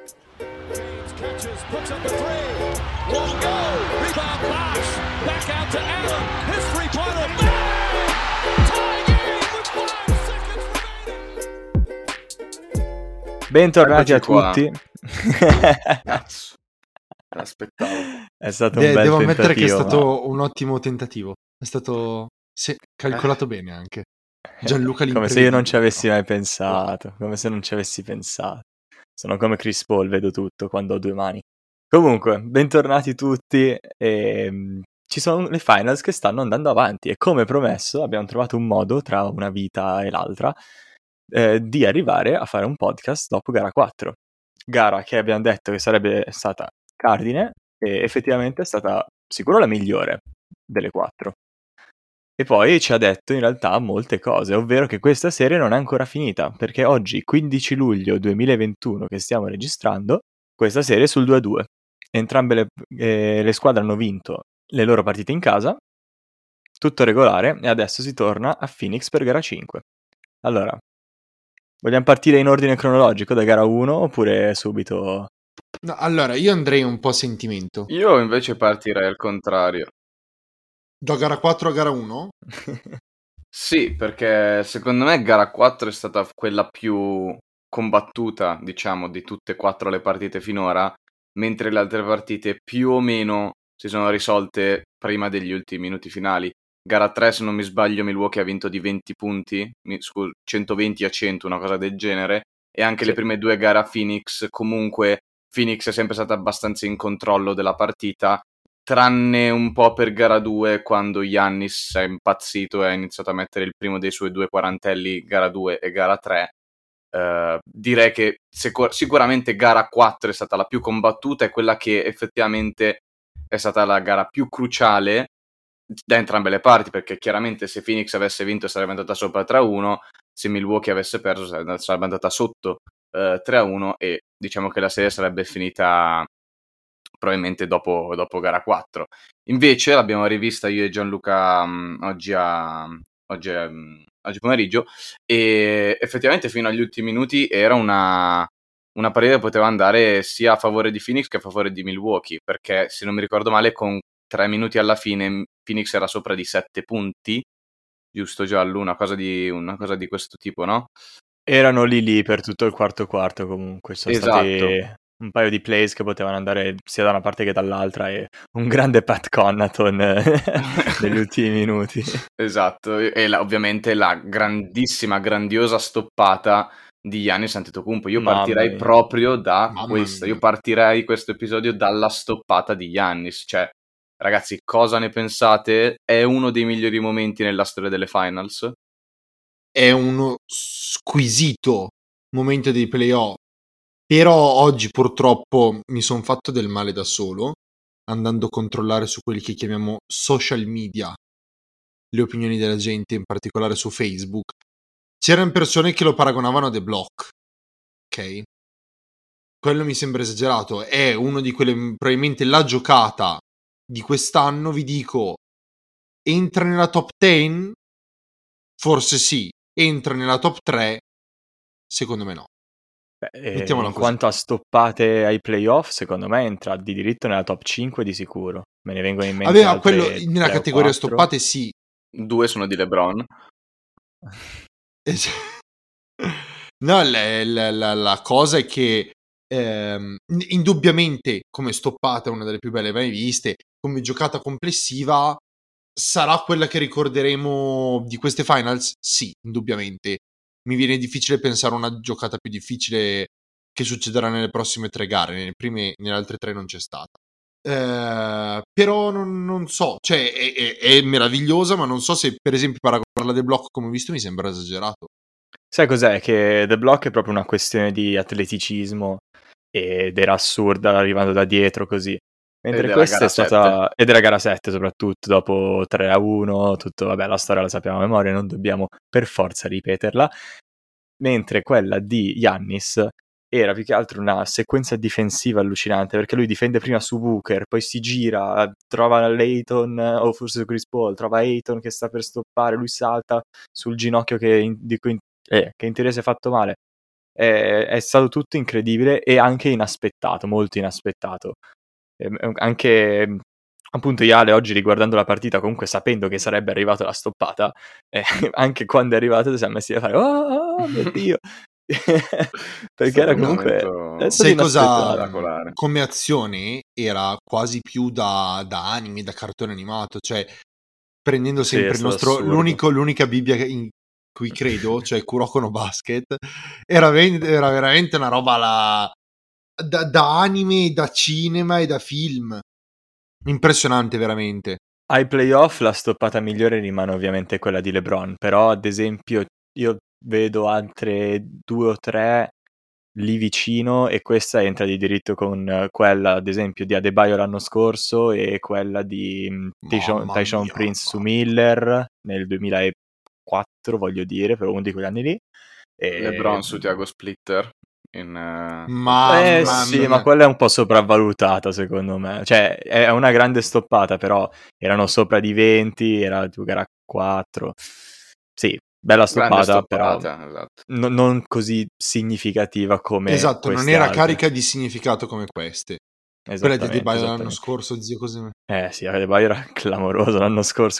Catches, puts up a three. Won't go. Rebound Bosh. Back out to Allen. His three-pointer. Bang! Tie game with 5 seconds remaining. Bentornati Eccoci a qua. tutti. Cazzo, l'aspettavo. È stato un bel Devo tentativo. ammettere che è stato un ottimo tentativo. È stato calcolato bene anche. Gianluca Come se io non ci l'imprevedibile, avessi però. mai pensato. Come se non ci avessi pensato. Sono come Chris Paul, vedo tutto quando ho due mani. Comunque, bentornati tutti. Ci sono le finals che stanno andando avanti e come promesso abbiamo trovato un modo tra una vita e l'altra di arrivare a fare un podcast dopo gara 4. Gara che abbiamo detto che sarebbe stata cardine e effettivamente è stata sicuro la migliore delle 4. E poi ci ha detto in realtà molte cose, ovvero che questa serie non è ancora finita, perché oggi, 15 luglio 2021 che stiamo registrando, questa serie è sul 2-2. Entrambe le squadre hanno vinto le loro partite in casa, tutto regolare, e adesso si torna a Phoenix per gara 5. Allora, vogliamo partire in ordine cronologico da gara 1 oppure subito? No, allora, io andrei un po' a sentimento. Io invece partirei al contrario. Da gara 4 a gara 1? Sì, perché secondo me gara 4 è stata quella più combattuta, diciamo, di tutte e 4 le partite finora, mentre le altre partite più o meno si sono risolte prima degli ultimi minuti finali. Gara 3, se non mi sbaglio, Milwaukee ha vinto di 20 punti, 120 a 100, una cosa del genere, e anche Sì. le prime due gare a Phoenix, comunque Phoenix è sempre stata abbastanza in controllo della partita, tranne un po' per gara 2 quando Giannis è impazzito e ha iniziato a mettere il primo dei suoi due quarantelli gara 2 e gara 3. Direi che sicuramente gara 4 è stata la più combattuta e quella che effettivamente è stata la gara più cruciale da entrambe le parti, perché chiaramente se Phoenix avesse vinto sarebbe andata sopra 3-1, se Milwaukee avesse perso sarebbe andata sotto 3-1 e diciamo che la serie sarebbe finita probabilmente dopo gara 4. Invece l'abbiamo rivista io e Gianluca oggi pomeriggio e effettivamente fino agli ultimi minuti era una partita che poteva andare sia a favore di Phoenix che a favore di Milwaukee, perché se non mi ricordo male con 3 minuti alla fine Phoenix era sopra di 7 punti, giusto Giallo? Una cosa di questo tipo, no? Erano lì per tutto il quarto comunque, ci sono Esatto. stati un paio di plays che potevano andare sia da una parte che dall'altra e un grande Pat Connaughton negli ultimi minuti. Esatto, e ovviamente la grandiosa stoppata di Giannis Antetokounmpo. Io Mamma partirei mia. proprio da Mamma questa. mia. Io partirei questo episodio dalla stoppata di Giannis. Cioè, ragazzi, cosa ne pensate? È uno dei migliori momenti nella storia delle finals? È uno squisito momento dei playoff. Però oggi purtroppo mi sono fatto del male da solo, andando a controllare su quelli che chiamiamo social media le opinioni della gente, in particolare su Facebook. C'erano persone che lo paragonavano a The Block, ok? Quello mi sembra esagerato, è uno di quelle, probabilmente la giocata di quest'anno, vi dico, entra nella top 10? Forse sì, entra nella top 3? Secondo me no. Mettiamola In così. quanto a stoppate ai playoff, secondo me entra di diritto nella top 5 di sicuro. Me ne vengono in mente Aveva quello altre nella 3 o categoria 4. stoppate, sì. 2 sono di LeBron. No, la cosa è che indubbiamente come stoppata è una delle più belle mai viste, come giocata complessiva sarà quella che ricorderemo di queste finals? Sì, indubbiamente. Mi viene difficile pensare a una giocata più difficile che succederà nelle prossime 3 gare, nelle altre 3 non c'è stata. Però non so, cioè è meravigliosa, ma non so se per esempio paragonarla a The Block come ho visto mi sembra esagerato. Sai cos'è? Che The Block è proprio una questione di atleticismo ed era assurda arrivando da dietro così. Ed Mentre è la questa gara è 7. stata, ed era gara 7 soprattutto, dopo 3-1, tutto, vabbè, la storia la sappiamo a memoria, non dobbiamo per forza ripeterla. Mentre quella di Giannis era più che altro una sequenza difensiva allucinante, perché lui difende prima su Booker, poi si gira, trova Ayton, o forse su Chris Paul, trova Ayton che sta per stoppare, lui salta sul ginocchio che in teoria si è fatto male, è stato tutto incredibile e anche inaspettato, molto inaspettato. Anche appunto Iale oggi riguardando la partita, comunque sapendo che sarebbe arrivata la stoppata, anche quando è arrivata ci siamo messi a fare oh mio Dio! Perché era comunque è stato Sai cosa? spettacolare. Come azione era quasi più da anime, da cartone animato, cioè prendendo Sì, è sempre stato assurdo. l'unica Bibbia in cui credo, cioè Kuroko no Basket, era veramente una roba da anime, da cinema e da film. Impressionante veramente. Ai playoff la stoppata migliore rimane ovviamente quella di LeBron, però ad esempio io vedo altre 2 o 3 lì vicino e questa entra di diritto con quella ad esempio di Adebayo l'anno scorso e quella di Mamma Tyshawn mia, Prince su Miller nel 2004 voglio dire, per uno di quegli anni lì. LeBron E... su Thiago Splitter col mamma sì, ma mia. quella è un po' sopravvalutata secondo me. Cioè, è una grande stoppata, però erano sopra di 20, era tipo gara 4. Sì, bella grande stoppata, però stoppata, esatto. non così significativa come Esatto, non queste era altre. carica di significato come queste. Quella di Esattamente, Adebayo l'anno esattamente. scorso, zio, così. Sì, Adebayo era clamoroso l'anno scorso,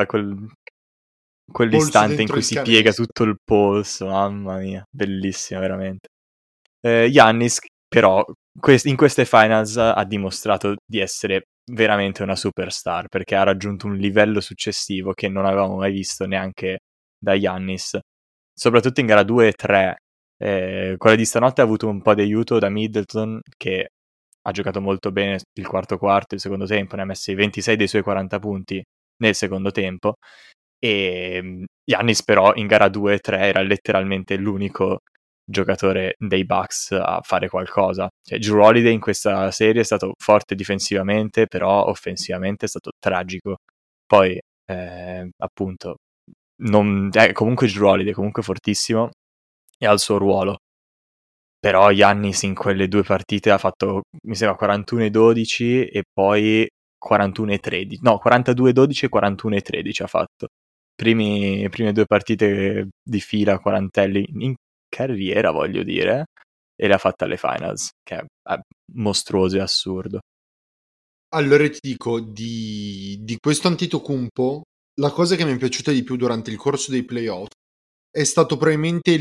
Polso quell'istante in dentro cui il si piega canestro. tutto il polso, mamma mia, bellissimo veramente. Giannis però in queste finals ha dimostrato di essere veramente una superstar, perché ha raggiunto un livello successivo che non avevamo mai visto neanche da Giannis, soprattutto in gara 2 e 3. Quella di stanotte ha avuto un po' di aiuto da Middleton, che ha giocato molto bene il quarto, il secondo tempo, ne ha messi 26 dei suoi 40 punti nel secondo tempo, e Giannis però in gara 2 e 3 era letteralmente l'unico giocatore dei Bucks a fare qualcosa. Cioè, Jrue Holiday in questa serie è stato forte difensivamente, però offensivamente è stato tragico. Poi, appunto, comunque Jrue Holiday, comunque fortissimo, e ha il suo ruolo. Però Giannis in quelle due partite ha fatto, mi sembra, 41-12 e poi 41-13. No, 42-12 e 41-13 ha fatto. Prime due partite di fila, quarantelli in carriera, voglio dire, e le ha fatte alle finals, che è mostruoso e assurdo. Allora ti dico, di questo Antetokounmpo, la cosa che mi è piaciuta di più durante il corso dei playoff è stato probabilmente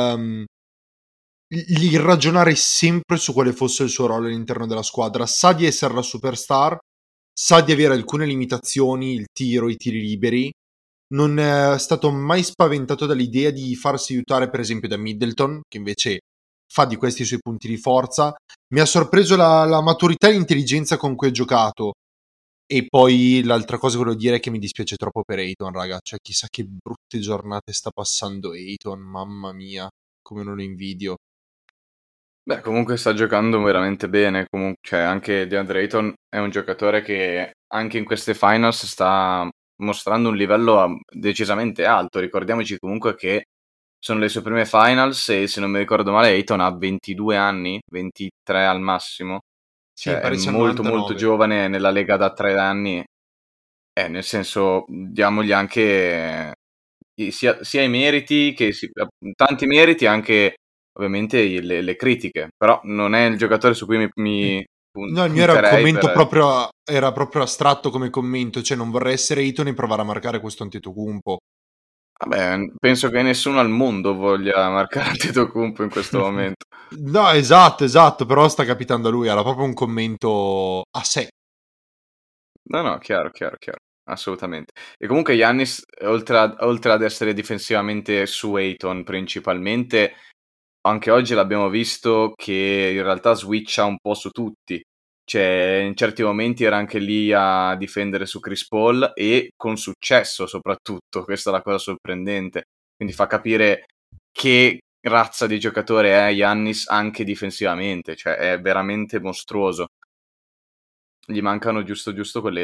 il ragionare sempre su quale fosse il suo ruolo all'interno della squadra. Sa di essere la superstar, sa di avere alcune limitazioni, il tiro, i tiri liberi. Non è stato mai spaventato dall'idea di farsi aiutare, per esempio, da Middleton, che invece fa di questi i suoi punti di forza. Mi ha sorpreso la maturità e l'intelligenza con cui ha giocato. E poi l'altra cosa che volevo dire è che mi dispiace troppo per Ayton, raga. Cioè, chissà che brutte giornate sta passando Ayton, mamma mia, come non lo invidio. Beh, comunque sta giocando veramente bene. Cioè, anche DeAndre Ayton è un giocatore che anche in queste finals sta mostrando un livello decisamente alto. Ricordiamoci comunque che sono le sue prime finals e se non mi ricordo male Ayton ha 22 anni, 23 al massimo. Sì, mi Cioè, è pare sia il molto molto 99. giovane nella Lega da 3 anni. Nel senso, diamogli anche sia i meriti che tanti meriti, anche ovviamente le critiche, però non è il giocatore su cui mi No, il mio era un punterei commento per... era proprio astratto come commento, cioè non vorrei essere Ayton e provare a marcare questo Antetokounmpo. Vabbè, penso che nessuno al mondo voglia marcare Antetokounmpo in questo momento. No, esatto, però sta capitando a lui, era proprio un commento a sé. No, chiaro, assolutamente. E comunque Giannis, oltre ad essere difensivamente su Ayton principalmente, anche oggi l'abbiamo visto che in realtà switcha un po' su tutti. Cioè, in certi momenti era anche lì a difendere su Chris Paul e con successo soprattutto, questa è la cosa sorprendente. Quindi fa capire che razza di giocatore è Giannis anche difensivamente, cioè è veramente mostruoso. Gli mancano giusto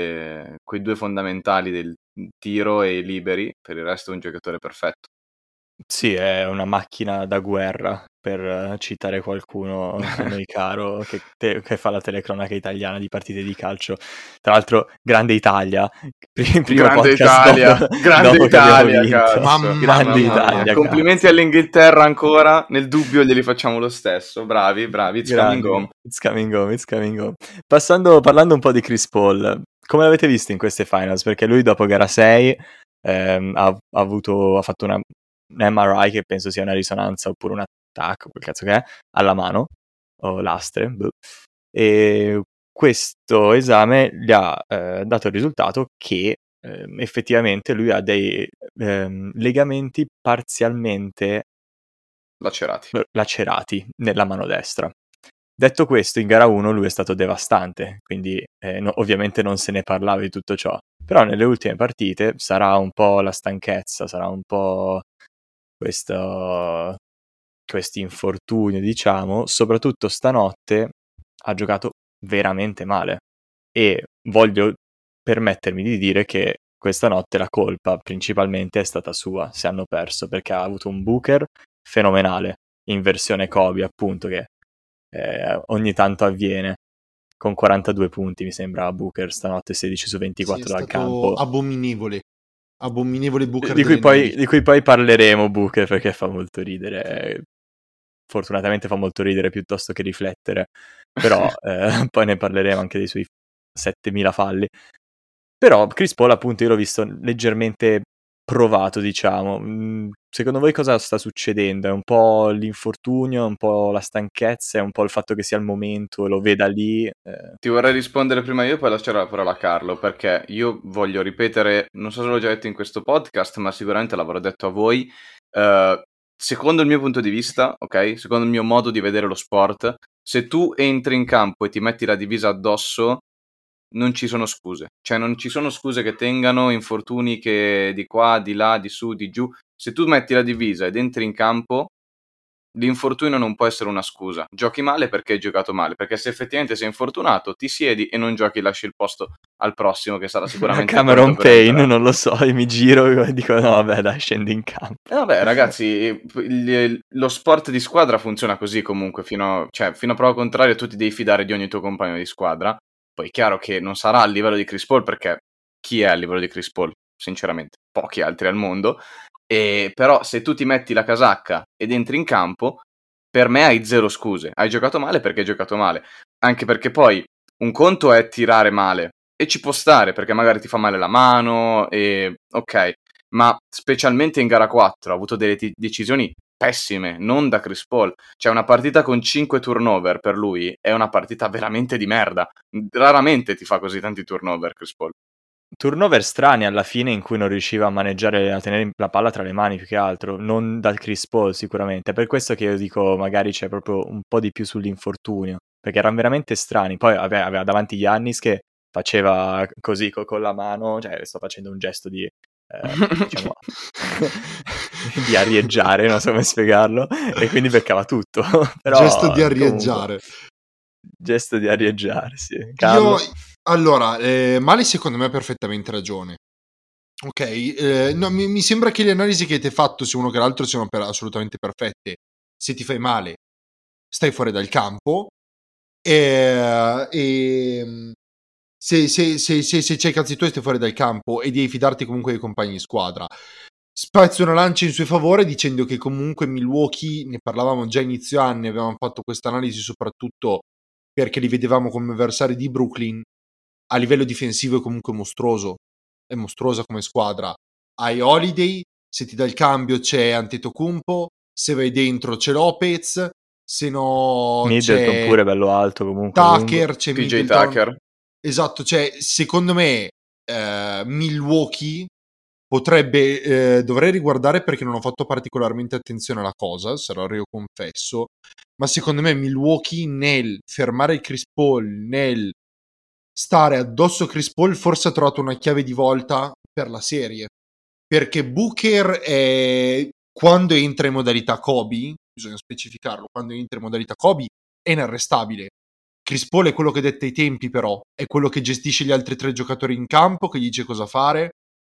quei due fondamentali del tiro e i liberi, per il resto è un giocatore perfetto. Sì, è una macchina da guerra, per citare qualcuno a noi caro che fa la telecronaca italiana di partite di calcio. Tra l'altro, grande Italia, primo Grande podcast Italia, dopo che abbiamo Italia, vinto. cazzo. Mamma Grande mia. Italia, Complimenti cazzo. all'Inghilterra ancora, nel dubbio glieli facciamo lo stesso. Bravi, it's coming Grande, home. it's coming home, it's coming home. Parlando un po' di Chris Paul, come l'avete visto in queste finals? Perché lui dopo gara 6 ha fatto un MRI, che penso sia una risonanza oppure un attacco, quel cazzo che è, alla mano, o lastre, boh. E questo esame gli ha dato il risultato che effettivamente lui ha dei legamenti parzialmente lacerati nella mano destra. Detto questo, in gara 1 lui è stato devastante, quindi ovviamente non se ne parlava di tutto ciò. Però nelle ultime partite sarà un po' la stanchezza, sarà un po' questo infortunio, diciamo. Soprattutto stanotte ha giocato veramente male e voglio permettermi di dire che questa notte la colpa principalmente è stata sua se hanno perso, perché ha avuto un Booker fenomenale in versione Kobe, appunto, che ogni tanto avviene, con 42 punti mi sembra Booker stanotte, 16 su Sì, è 24 dal stato campo, abominevole Booker di delle narici. cui poi parleremo. Booker, perché fa molto ridere, fortunatamente fa molto ridere piuttosto che riflettere, però poi ne parleremo anche dei suoi 7000 falli. Però Chris Paul, appunto, io l'ho visto leggermente provato, diciamo. Secondo voi cosa sta succedendo? È un po' l'infortunio, un po' la stanchezza, è un po' il fatto che sia il momento e lo veda lì? Ti vorrei rispondere prima io, poi lasciare la parola a Carlo, perché io voglio ripetere, non so se l'ho già detto in questo podcast, ma sicuramente l'avrò detto a voi. Secondo il mio punto di vista, ok? Secondo il mio modo di vedere lo sport, se tu entri in campo e ti metti la divisa addosso, non ci sono scuse. Cioè, non ci sono scuse che tengano, infortuni che di qua, di là, di su, di giù. Se tu metti la divisa ed entri in campo, l'infortunio non può essere una scusa. Giochi male perché hai giocato male, perché se effettivamente sei infortunato ti siedi e non giochi, lasci il posto al prossimo che sarà A sicuramente Cameron pronto per Payne, entrare. non lo so, e mi giro e dico no vabbè dai, scendi in campo. Vabbè ragazzi, lo sport di squadra funziona così comunque, fino a prova contraria tu ti devi fidare di ogni tuo compagno di squadra. Poi è chiaro che non sarà a livello di Chris Paul, perché chi è a livello di Chris Paul? Sinceramente, pochi altri al mondo. Però se tu ti metti la casacca ed entri in campo, per me hai zero scuse. Hai giocato male perché hai giocato male. Anche perché poi un conto è tirare male, e ci può stare perché magari ti fa male la mano, e ok, ma specialmente in gara 4 ha avuto delle decisioni pessime, non da Chris Paul. Cioè una partita con 5 turnover per lui è una partita veramente di merda. Raramente ti fa così tanti turnover Chris Paul. Turnover strani alla fine, in cui non riusciva a tenere la palla tra le mani, più che altro, non dal Chris Paul sicuramente. È per questo che io dico magari c'è proprio un po' di più sull'infortunio, perché erano veramente strani. Poi aveva davanti Giannis che faceva così con la mano, cioè sto facendo un gesto di diciamo di arieggiare, non so come spiegarlo, e quindi beccava tutto. Però Gesto di comunque arieggiare. gesto di arieggiare, sì. Io, Carlo? allora, Mali secondo me ha perfettamente ragione. Ok, no, mi sembra che le analisi che ti hai fatto su uno che l'altro siano assolutamente perfette. Se ti fai male, stai fuori dal campo, e se c'hai i cazzi tuoi stai fuori dal campo e devi fidarti comunque dei compagni di squadra. Spazio una lancia in suo favore dicendo che comunque Milwaukee, ne parlavamo già inizio anni, avevamo fatto questa analisi soprattutto perché li vedevamo come avversari di Brooklyn. A livello difensivo è comunque mostruoso, è mostruosa come squadra. Hai Holiday, se ti dà il cambio c'è Antetokounmpo, se vai dentro c'è Lopez, se no Middleton c'è pure bello alto, comunque lungo. Tucker, c'è PJ Middleton. Tucker. Esatto, cioè secondo me Milwaukee dovrei riguardare perché non ho fatto particolarmente attenzione alla cosa, sarò io confesso, ma secondo me Milwaukee nel fermare il Chris Paul, nel stare addosso a Chris Paul, forse ha trovato una chiave di volta per la serie, perché Booker quando entra in modalità Kobe, bisogna specificarlo, quando entra in modalità Kobe è inarrestabile. Chris Paul è quello che detta i tempi, però è quello che gestisce gli altri tre giocatori in campo, che gli dice cosa fare,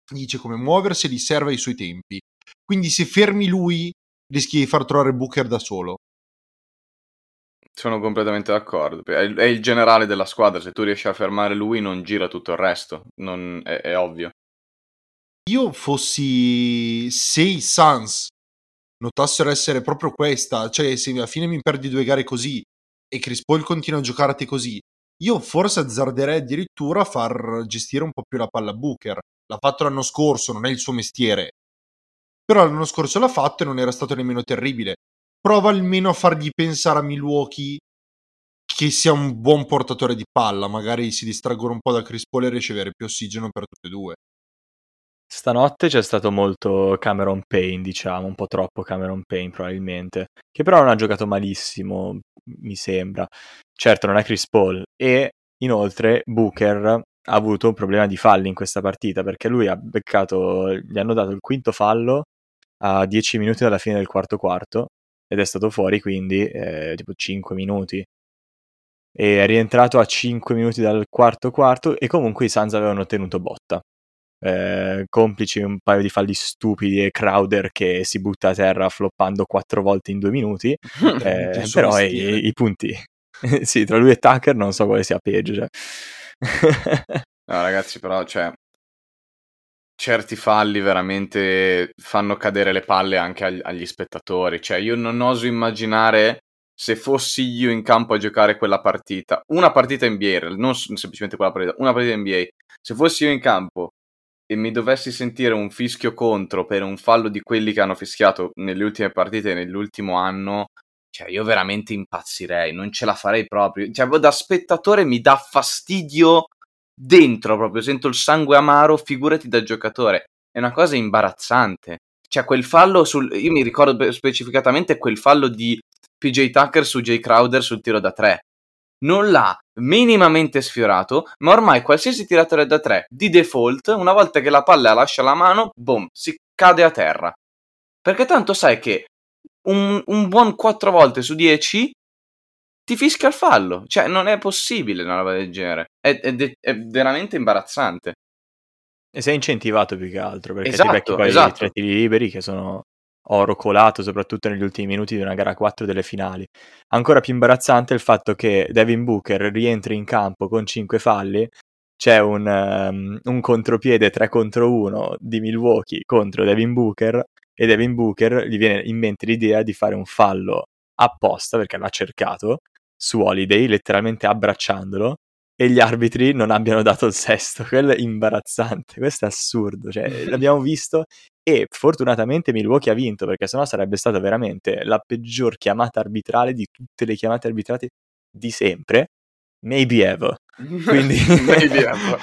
dice come muoversi e gli serve ai suoi tempi. Quindi se fermi lui rischi di far trovare Booker da solo. Sono completamente d'accordo. È il generale della squadra, se tu riesci a fermare lui non gira tutto il resto, è ovvio. Io fossi... se i Suns notassero essere proprio questa, cioè se alla fine mi perdi 2 gare così e Chris Paul continua a giocarti così, io forse azzarderei addirittura a far gestire un po' più la palla a Booker. L'ha fatto l'anno scorso, non è il suo mestiere, però l'anno scorso l'ha fatto e non era stato nemmeno terribile. Prova almeno a fargli pensare a Milwaukee che sia un buon portatore di palla, magari si distraggono un po' da Chris Paul e riesce a avere più ossigeno per tutte e due. Stanotte c'è stato molto Cameron Payne, diciamo, un po' troppo Cameron Payne probabilmente, che però non ha giocato malissimo, mi sembra. Certo non è Chris Paul, e inoltre Booker ha avuto un problema di falli in questa partita, perché lui ha beccato, gli hanno dato il quinto fallo a 10 minuti dalla fine del quarto quarto, ed è stato fuori quindi tipo 5 minuti. E è rientrato a 5 minuti dal quarto quarto, e comunque i Suns avevano tenuto botta. Complici un paio di falli stupidi e Crowder che si butta a terra floppando 4 volte in 2 minuti, però i punti sì, tra lui e Tucker non so quale sia peggio, cioè. No ragazzi, però certi falli veramente fanno cadere le palle anche agli spettatori, cioè io non oso immaginare se fossi io in campo a giocare quella partita, una partita NBA, non semplicemente quella partita, una partita NBA, se fossi io in campo e mi dovessi sentire un fischio contro per un fallo di quelli che hanno fischiato nelle ultime partite nell'ultimo anno, cioè io veramente impazzirei, non ce la farei proprio, cioè da spettatore mi dà fastidio dentro proprio, sento il sangue amaro, figurati da giocatore, è una cosa imbarazzante, cioè quel fallo io mi ricordo specificatamente quel fallo di PJ Tucker su Jay Crowder sul tiro da 3, non l'ha minimamente sfiorato, ma ormai qualsiasi tiratore da 3 di default, una volta che la palla lascia la mano, boom, si cade a terra, perché tanto sai che un buon 4 volte su 10 ti fischia il fallo, cioè non è possibile una roba del genere, è veramente imbarazzante. E sei incentivato più che altro, perché Esatto, ti becchi poi esatto. i 3 tiri liberi che sono oro colato, soprattutto negli ultimi minuti di una gara 4 delle finali. Ancora più imbarazzante è il fatto che Devin Booker rientri in campo con 5 falli, c'è un contropiede 3 contro 1 di Milwaukee contro Devin Booker, e Devin Booker gli viene in mente l'idea di fare un fallo apposta, perché l'ha cercato, su Holiday, letteralmente abbracciandolo, e gli arbitri non abbiano dato il sesto. Quello è imbarazzante, questo è assurdo, cioè l'abbiamo visto, e fortunatamente Milwaukee ha vinto, perché sennò sarebbe stata veramente la peggior chiamata arbitrale di tutte le chiamate arbitrate di sempre, maybe ever. Quindi Maybe ever.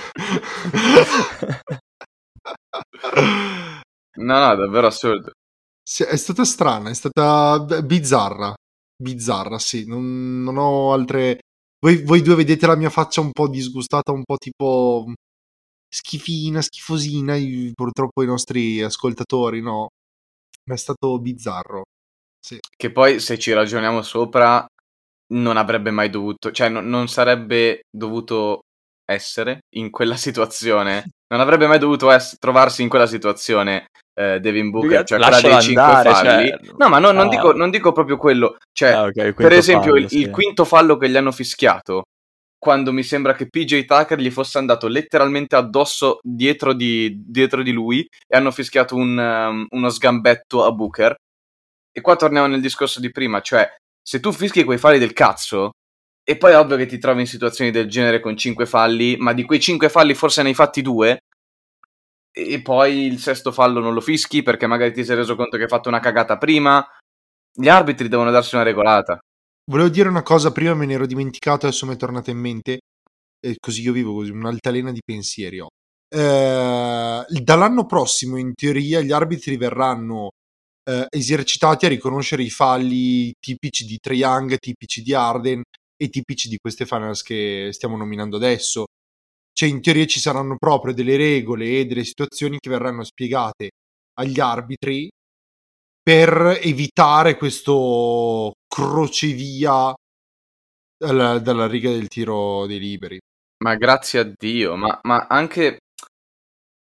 No, davvero assurdo. Sì, è stata strana, è stata bizzarra, sì, non ho altre... Voi due vedete la mia faccia un po' disgustata, un po' tipo schifina, schifosina, purtroppo i nostri ascoltatori, no? Ma è stato bizzarro, sì. Che poi se ci ragioniamo sopra non avrebbe mai dovuto, cioè non sarebbe dovuto essere in quella situazione, non avrebbe mai dovuto trovarsi in quella situazione Devin Booker, cioè quella dei 5 andare, falli. cioè... No, ma non dico proprio quello, cioè okay, per esempio fallo, il quinto fallo che gli hanno fischiato, quando mi sembra che PJ Tucker gli fosse andato letteralmente addosso dietro di lui e hanno fischiato uno sgambetto a Booker. E qua torniamo nel discorso di prima, cioè se tu fischi quei falli del cazzo e poi è ovvio che ti trovi in situazioni del genere con 5 falli, ma di quei 5 falli forse ne hai fatti 2 e poi il sesto fallo non lo fischi perché magari ti sei reso conto che hai fatto una cagata prima, gli arbitri devono darsi una regolata. Volevo dire una cosa prima, me ne ero dimenticato, adesso mi è tornata in mente, e così io vivo così, un'altalena di pensieri ho. Dall'anno prossimo in teoria gli arbitri verranno esercitati a riconoscere i falli tipici di Trae Young, tipici di Harden e tipici di queste finals che stiamo nominando adesso. Cioè in teoria ci saranno proprio delle regole e delle situazioni che verranno spiegate agli arbitri per evitare questo crocevia dalla riga del tiro dei liberi. Ma grazie a Dio, ma anche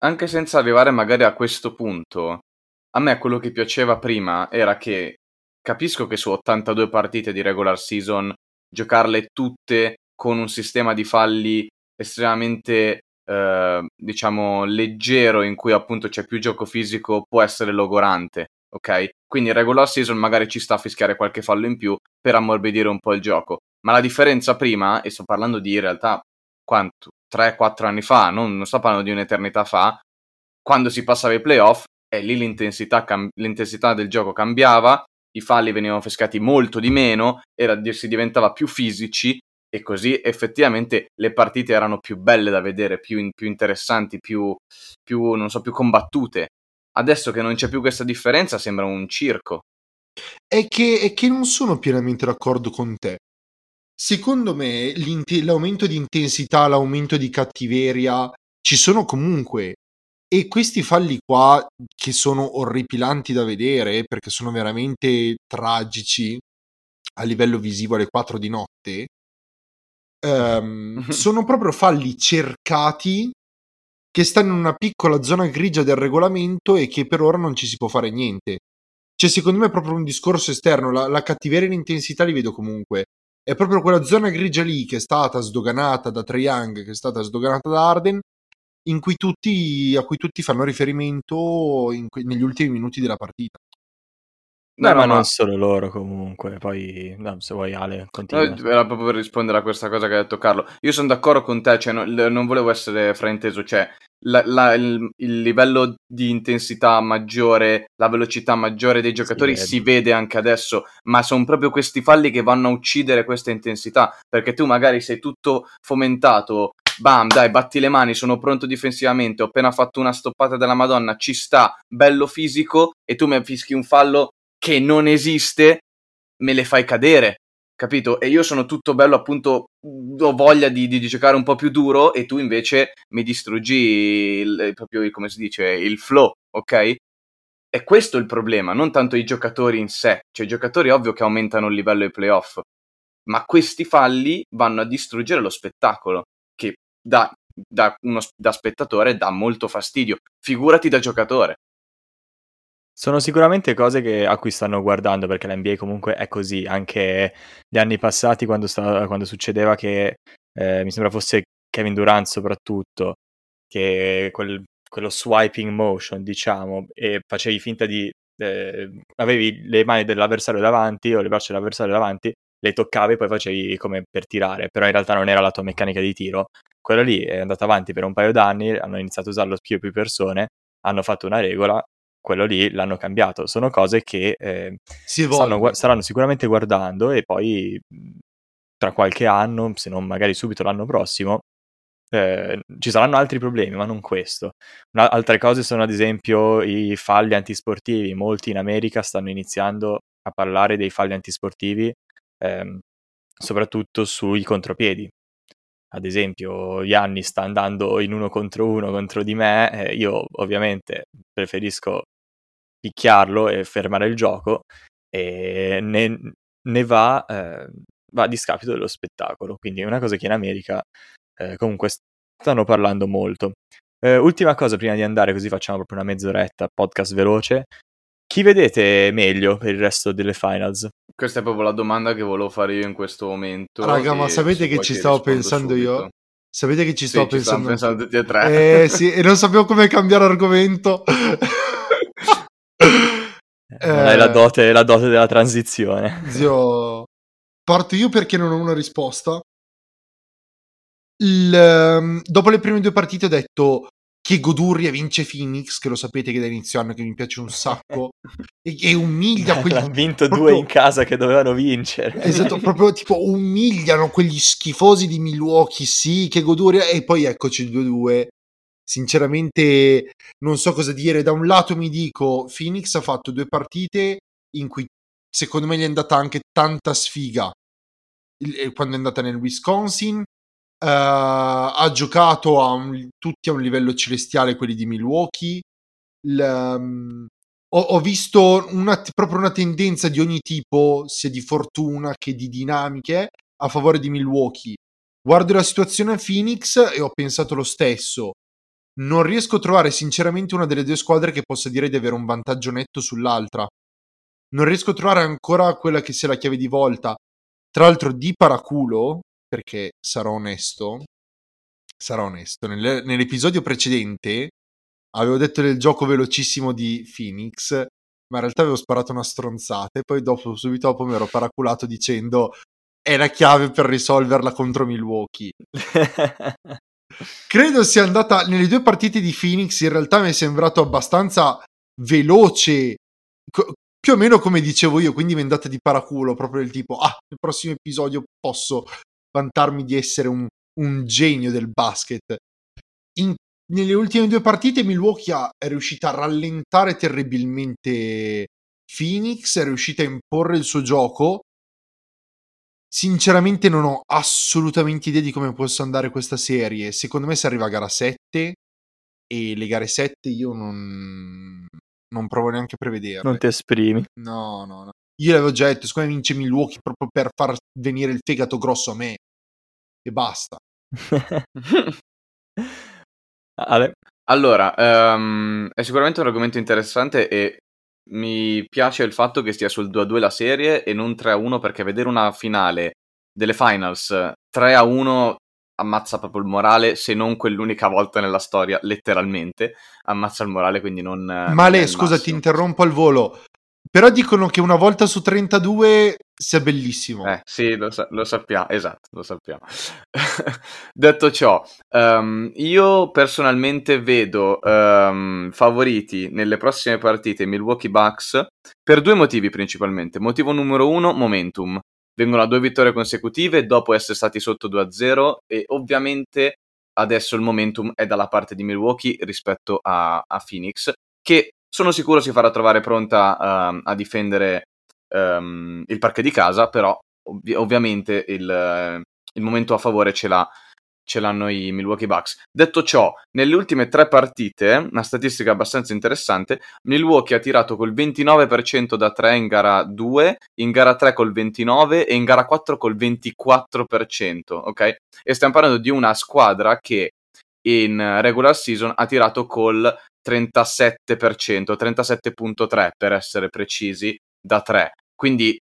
anche senza arrivare magari a questo punto, a me quello che piaceva prima era che capisco che su 82 partite di regular season giocarle tutte con un sistema di falli estremamente diciamo leggero, in cui appunto c'è più gioco fisico, può essere logorante, ok? Quindi in regular season magari ci sta a fischiare qualche fallo in più per ammorbidire un po' il gioco, ma la differenza prima, e sto parlando di in realtà quanto 3-4 anni fa, non sto parlando di un'eternità fa, quando si passava ai playoff, e lì l'intensità del gioco cambiava, i falli venivano fischiati molto di meno, si diventava più fisici, e così effettivamente le partite erano più belle da vedere, più interessanti, più non so, più combattute. Adesso che non c'è più questa differenza sembra un circo. È che non sono pienamente d'accordo con te. Secondo me l'aumento di intensità, l'aumento di cattiveria ci sono comunque, e questi falli qua, che sono orripilanti da vedere perché sono veramente tragici a livello visivo alle 4 di notte, sono proprio falli cercati che stanno in una piccola zona grigia del regolamento e che per ora non ci si può fare niente. Cioè, secondo me è proprio un discorso esterno, la cattiveria e l'intensità li vedo comunque. È proprio quella zona grigia lì che è stata sdoganata da Trae Young, che è stata sdoganata da Harden, a cui tutti fanno riferimento negli ultimi minuti della partita. Beh, ma non solo loro comunque, poi no, se vuoi Ale, continua. Era proprio per rispondere a questa cosa che ha detto Carlo. Io sono d'accordo con te, cioè non volevo essere frainteso, cioè il livello di intensità maggiore, la velocità maggiore dei giocatori si vede anche adesso, ma sono proprio questi falli che vanno a uccidere questa intensità, perché tu magari sei tutto fomentato, bam, dai, batti le mani, sono pronto difensivamente, ho appena fatto una stoppata della Madonna, ci sta, bello fisico, e tu mi fischi un fallo che non esiste, me le fai cadere, capito? E io sono tutto bello, appunto, ho voglia di giocare un po' più duro, e tu invece mi distruggi proprio, come si dice, il flow, ok? E questo è il problema, non tanto i giocatori in sé, cioè i giocatori ovvio che aumentano il livello ai playoff, ma questi falli vanno a distruggere lo spettacolo, che da spettatore dà molto fastidio, figurati da giocatore. Sono sicuramente cose a cui stanno guardando, perché l'NBA comunque è così. Anche gli anni passati, quando succedeva che mi sembra fosse Kevin Durant soprattutto, che quello swiping motion, diciamo, e facevi finta di avevi le mani dell'avversario davanti o le braccia dell'avversario davanti, le toccavi e poi facevi come per tirare, però in realtà non era la tua meccanica di tiro. Quello lì è andato avanti per un paio d'anni, hanno iniziato a usarlo più e più persone, hanno fatto una regola, quello lì l'hanno cambiato. Sono cose che staranno sicuramente guardando, e poi tra qualche anno, se non magari subito l'anno prossimo, ci saranno altri problemi, ma non questo. Altre cose sono ad esempio i falli antisportivi. Molti in America stanno iniziando a parlare dei falli antisportivi, soprattutto sui contropiedi. Ad esempio Giannis sta andando in 1 contro di me, io ovviamente preferisco picchiarlo e fermare il gioco, e ne va a discapito dello spettacolo. Quindi è una cosa che in America comunque stanno parlando molto. Ultima cosa prima di andare, così facciamo proprio una mezz'oretta, podcast veloce. Chi vedete meglio per il resto delle finals? Questa è proprio la domanda che volevo fare io in questo momento. Raga, ma sapete che ci stavo pensando subito. io? Sapete che ci stavo pensando? Ci stavamo pensando tutti e tre. Sì, e non sapevo come cambiare argomento. Non hai la dote della transizione. Zio, parto io perché non ho una risposta. Dopo le prime 2 partite ho detto che Godurria vince Phoenix, che lo sapete che da inizio anno che mi piace un sacco, e umilia quelli... Hanno vinto proprio... 2 in casa che dovevano vincere. Esatto, proprio tipo umiliano quegli schifosi di Milwaukee, sì, che Godurria, e poi eccoci il 2-2. Sinceramente non so cosa dire. Da un lato mi dico, Phoenix ha fatto 2 partite in cui secondo me gli è andata anche tanta sfiga. Quando è andata nel Wisconsin, ha giocato tutti a un livello celestiale, quelli di Milwaukee. Ho visto proprio una tendenza di ogni tipo, sia di fortuna che di dinamiche, a favore di Milwaukee. Guardo la situazione a Phoenix e ho pensato lo stesso. non riesco a trovare sinceramente una delle due squadre che possa dire di avere un vantaggio netto sull'altra. Non riesco a trovare ancora quella che sia la chiave di volta. Tra l'altro di paraculo, perché sarò onesto, nell'episodio precedente avevo detto del gioco velocissimo di Phoenix, ma in realtà avevo sparato una stronzata e poi subito dopo mi ero paraculato dicendo è la chiave per risolverla contro Milwaukee. Credo sia andata nelle due partite di Phoenix, in realtà mi è sembrato abbastanza veloce, più o meno come dicevo io, quindi mi è andata di paraculo, proprio del tipo nel prossimo episodio posso vantarmi di essere un genio del basket. Nelle ultime due partite Milwaukee è riuscita a rallentare terribilmente Phoenix, è riuscita a imporre il suo gioco. Sinceramente non ho assolutamente idea di come possa andare questa serie. Secondo me si arriva a gara 7 e le gare 7 io non provo neanche a prevederle. Non ti esprimi. No. Io l'avevo già detto, secondo me vince Milwaukee proprio per far venire il fegato grosso a me. E basta. Ale? Allora, è sicuramente un argomento interessante e mi piace il fatto che stia sul 2-2 la serie e non 3-1, perché vedere una finale delle finals 3-1 ammazza proprio il morale, se non quell'unica volta nella storia, letteralmente ammazza il morale, quindi non Male, non scusa, ti massimo. interrompo al volo. Però dicono che una volta su 32 sia bellissimo. Sì, lo sappiamo, esatto, lo sappiamo. Detto ciò, io personalmente vedo favoriti nelle prossime partite Milwaukee Bucks per due motivi principalmente. Motivo numero 1, momentum. Vengono a 2 vittorie consecutive dopo essere stati sotto 2-0 e ovviamente adesso il momentum è dalla parte di Milwaukee rispetto a Phoenix, che sono sicuro si farà trovare pronta a difendere il parquet di casa, però ovviamente il momento a favore ce l'hanno i Milwaukee Bucks. Detto ciò, nelle ultime 3 partite, una statistica abbastanza interessante, Milwaukee ha tirato col 29% da 3 in gara 2, in gara 3 col 29% e in gara 4 col 24%, ok? E stiamo parlando di una squadra che in regular season ha tirato col 37%, 37.3 per essere precisi, da 3. Quindi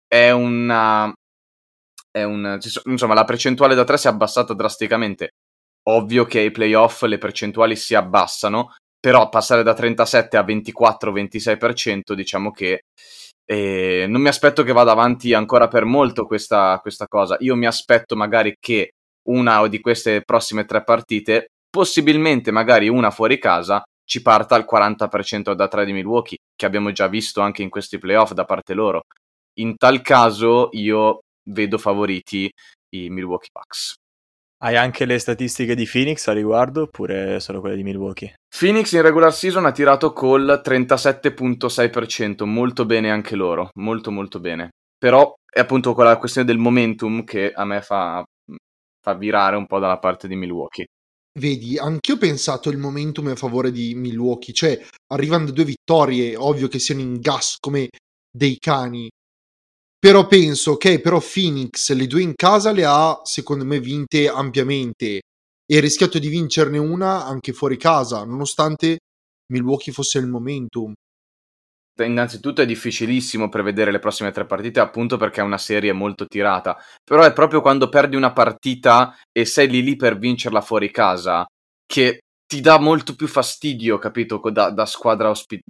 insomma, la percentuale da 3 si è abbassata drasticamente. Ovvio che ai playoff le percentuali si abbassano, però passare da 37 a 24-26%, diciamo che non mi aspetto che vada avanti ancora per molto questa cosa. Io mi aspetto magari che una di queste prossime 3 partite, possibilmente magari una fuori casa, ci parta al 40% da 3 di Milwaukee, che abbiamo già visto anche in questi playoff da parte loro. In tal caso io vedo favoriti i Milwaukee Bucks. Hai anche le statistiche di Phoenix a riguardo oppure solo quelle di Milwaukee? Phoenix in regular season ha tirato col 37.6%, molto bene anche loro, molto molto bene. Però è appunto quella questione del momentum che a me fa virare un po' dalla parte di Milwaukee. Vedi, anch'io ho pensato il momentum è a favore di Milwaukee, cioè arrivano 2 vittorie, ovvio che siano in gas come dei cani, però penso che però Phoenix le 2 in casa le ha secondo me vinte ampiamente e ha rischiato di vincerne una anche fuori casa, nonostante Milwaukee fosse il momentum. Innanzitutto è difficilissimo prevedere le prossime 3 partite, appunto perché è una serie molto tirata, però è proprio quando perdi una partita e sei lì per vincerla fuori casa che ti dà molto più fastidio, capito, da squadra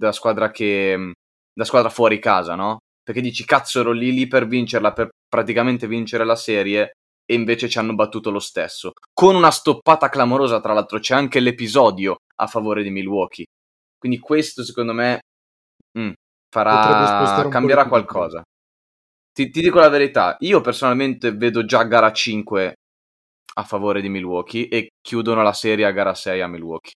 fuori casa, no? Perché dici, cazzo, ero lì per vincerla, per praticamente vincere la serie, e invece ci hanno battuto lo stesso. Con una stoppata clamorosa, tra l'altro, c'è anche l'episodio a favore di Milwaukee. Quindi questo, secondo me, Potrebbe spostare un po' cambierà l'equilibrio. qualcosa. Ti dico la verità, io personalmente vedo già gara 5 a favore di Milwaukee e chiudono la serie a gara 6 a Milwaukee.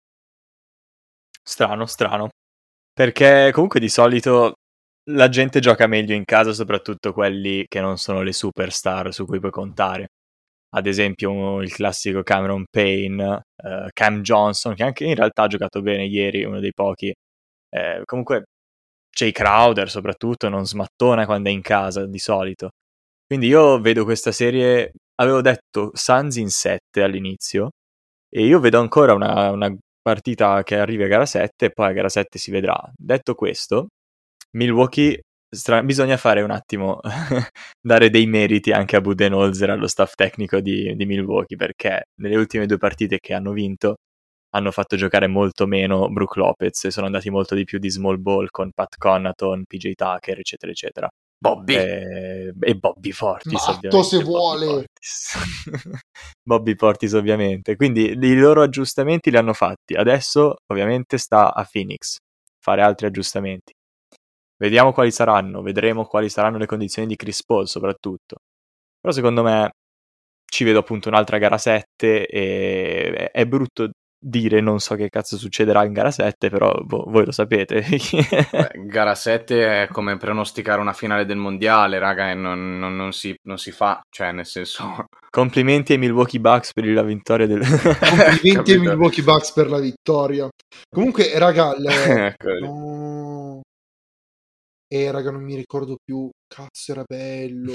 Strano. Perché comunque di solito la gente gioca meglio in casa, soprattutto quelli che non sono le superstar su cui puoi contare. Ad esempio il classico Cameron Payne, Cam Johnson, che anche in realtà ha giocato bene ieri, uno dei pochi. Comunque Jay Crowder soprattutto non smattona quando è in casa di solito. Quindi io vedo questa serie, avevo detto Suns in 7 all'inizio, e io vedo ancora una partita che arrivi a gara 7 e poi a gara 7 si vedrà. Detto questo, Milwaukee bisogna fare un attimo dare dei meriti anche a Budenholzer, allo staff tecnico di Milwaukee, perché nelle ultime 2 partite che hanno vinto hanno fatto giocare molto meno Brook Lopez e sono andati molto di più di small ball con Pat Connaughton, PJ Tucker, eccetera eccetera. Bobby. E Bobby Portis, Matto ovviamente. se vuole. Bobby Portis, ovviamente. Quindi i loro aggiustamenti li hanno fatti. Adesso, ovviamente, sta a Phoenix fare altri aggiustamenti. Vediamo quali saranno, vedremo quali saranno le condizioni di Chris Paul, soprattutto. Però secondo me ci vedo appunto un'altra gara 7 e è brutto dire non so che cazzo succederà in gara 7, però voi lo sapete. Gara 7 è come pronosticare una finale del mondiale, raga, e non si fa, cioè nel senso... Complimenti ai Milwaukee Bucks per la vittoria del... Complimenti ai Milwaukee Bucks per la vittoria. Comunque, raga, Ecco. raga, non mi ricordo più. Cazzo, era bello.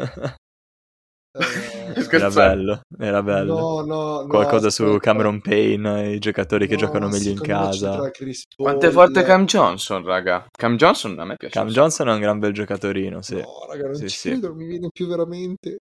Era bello. No, Qualcosa aspetta. su Cameron Payne, i giocatori che giocano meglio in casa. Quanto è forte Cam Johnson, raga? Cam Johnson a me piace. Cam Johnson è un gran bel giocatorino, sì. No, raga, non sì. credo, non mi viene più veramente.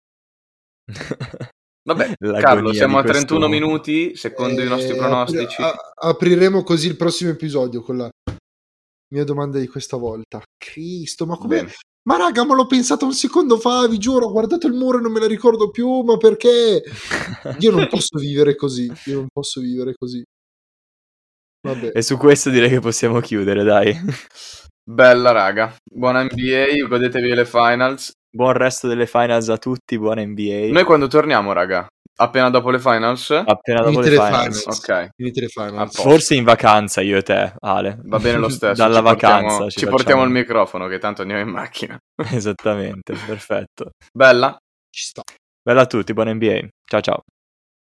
Vabbè, L'agonia Carlo, siamo a di 31 quest'uomo. minuti, secondo i nostri pronostici. Apriremo così il prossimo episodio con la mia domanda di questa volta. Cristo, ma come... Bene. Ma raga, ma l'ho pensato un secondo fa, vi giuro, ho guardato il muro e non me la ricordo più, ma perché? Io non posso vivere così, Vabbè. E su questo direi che possiamo chiudere, dai. Bella, raga. Buona NBA, godetevi le finals. Buon resto delle finals a tutti, buona NBA. Noi quando torniamo, raga? Appena dopo le finals? Appena dopo le finals. Ok. Finite le finals. Forse in vacanza io e te, Ale. Va bene lo stesso. Dalla vacanza ci portiamo il microfono, che tanto andiamo in macchina. Esattamente, perfetto. Bella. Ci sta. Bella a tutti, buona NBA. Ciao ciao.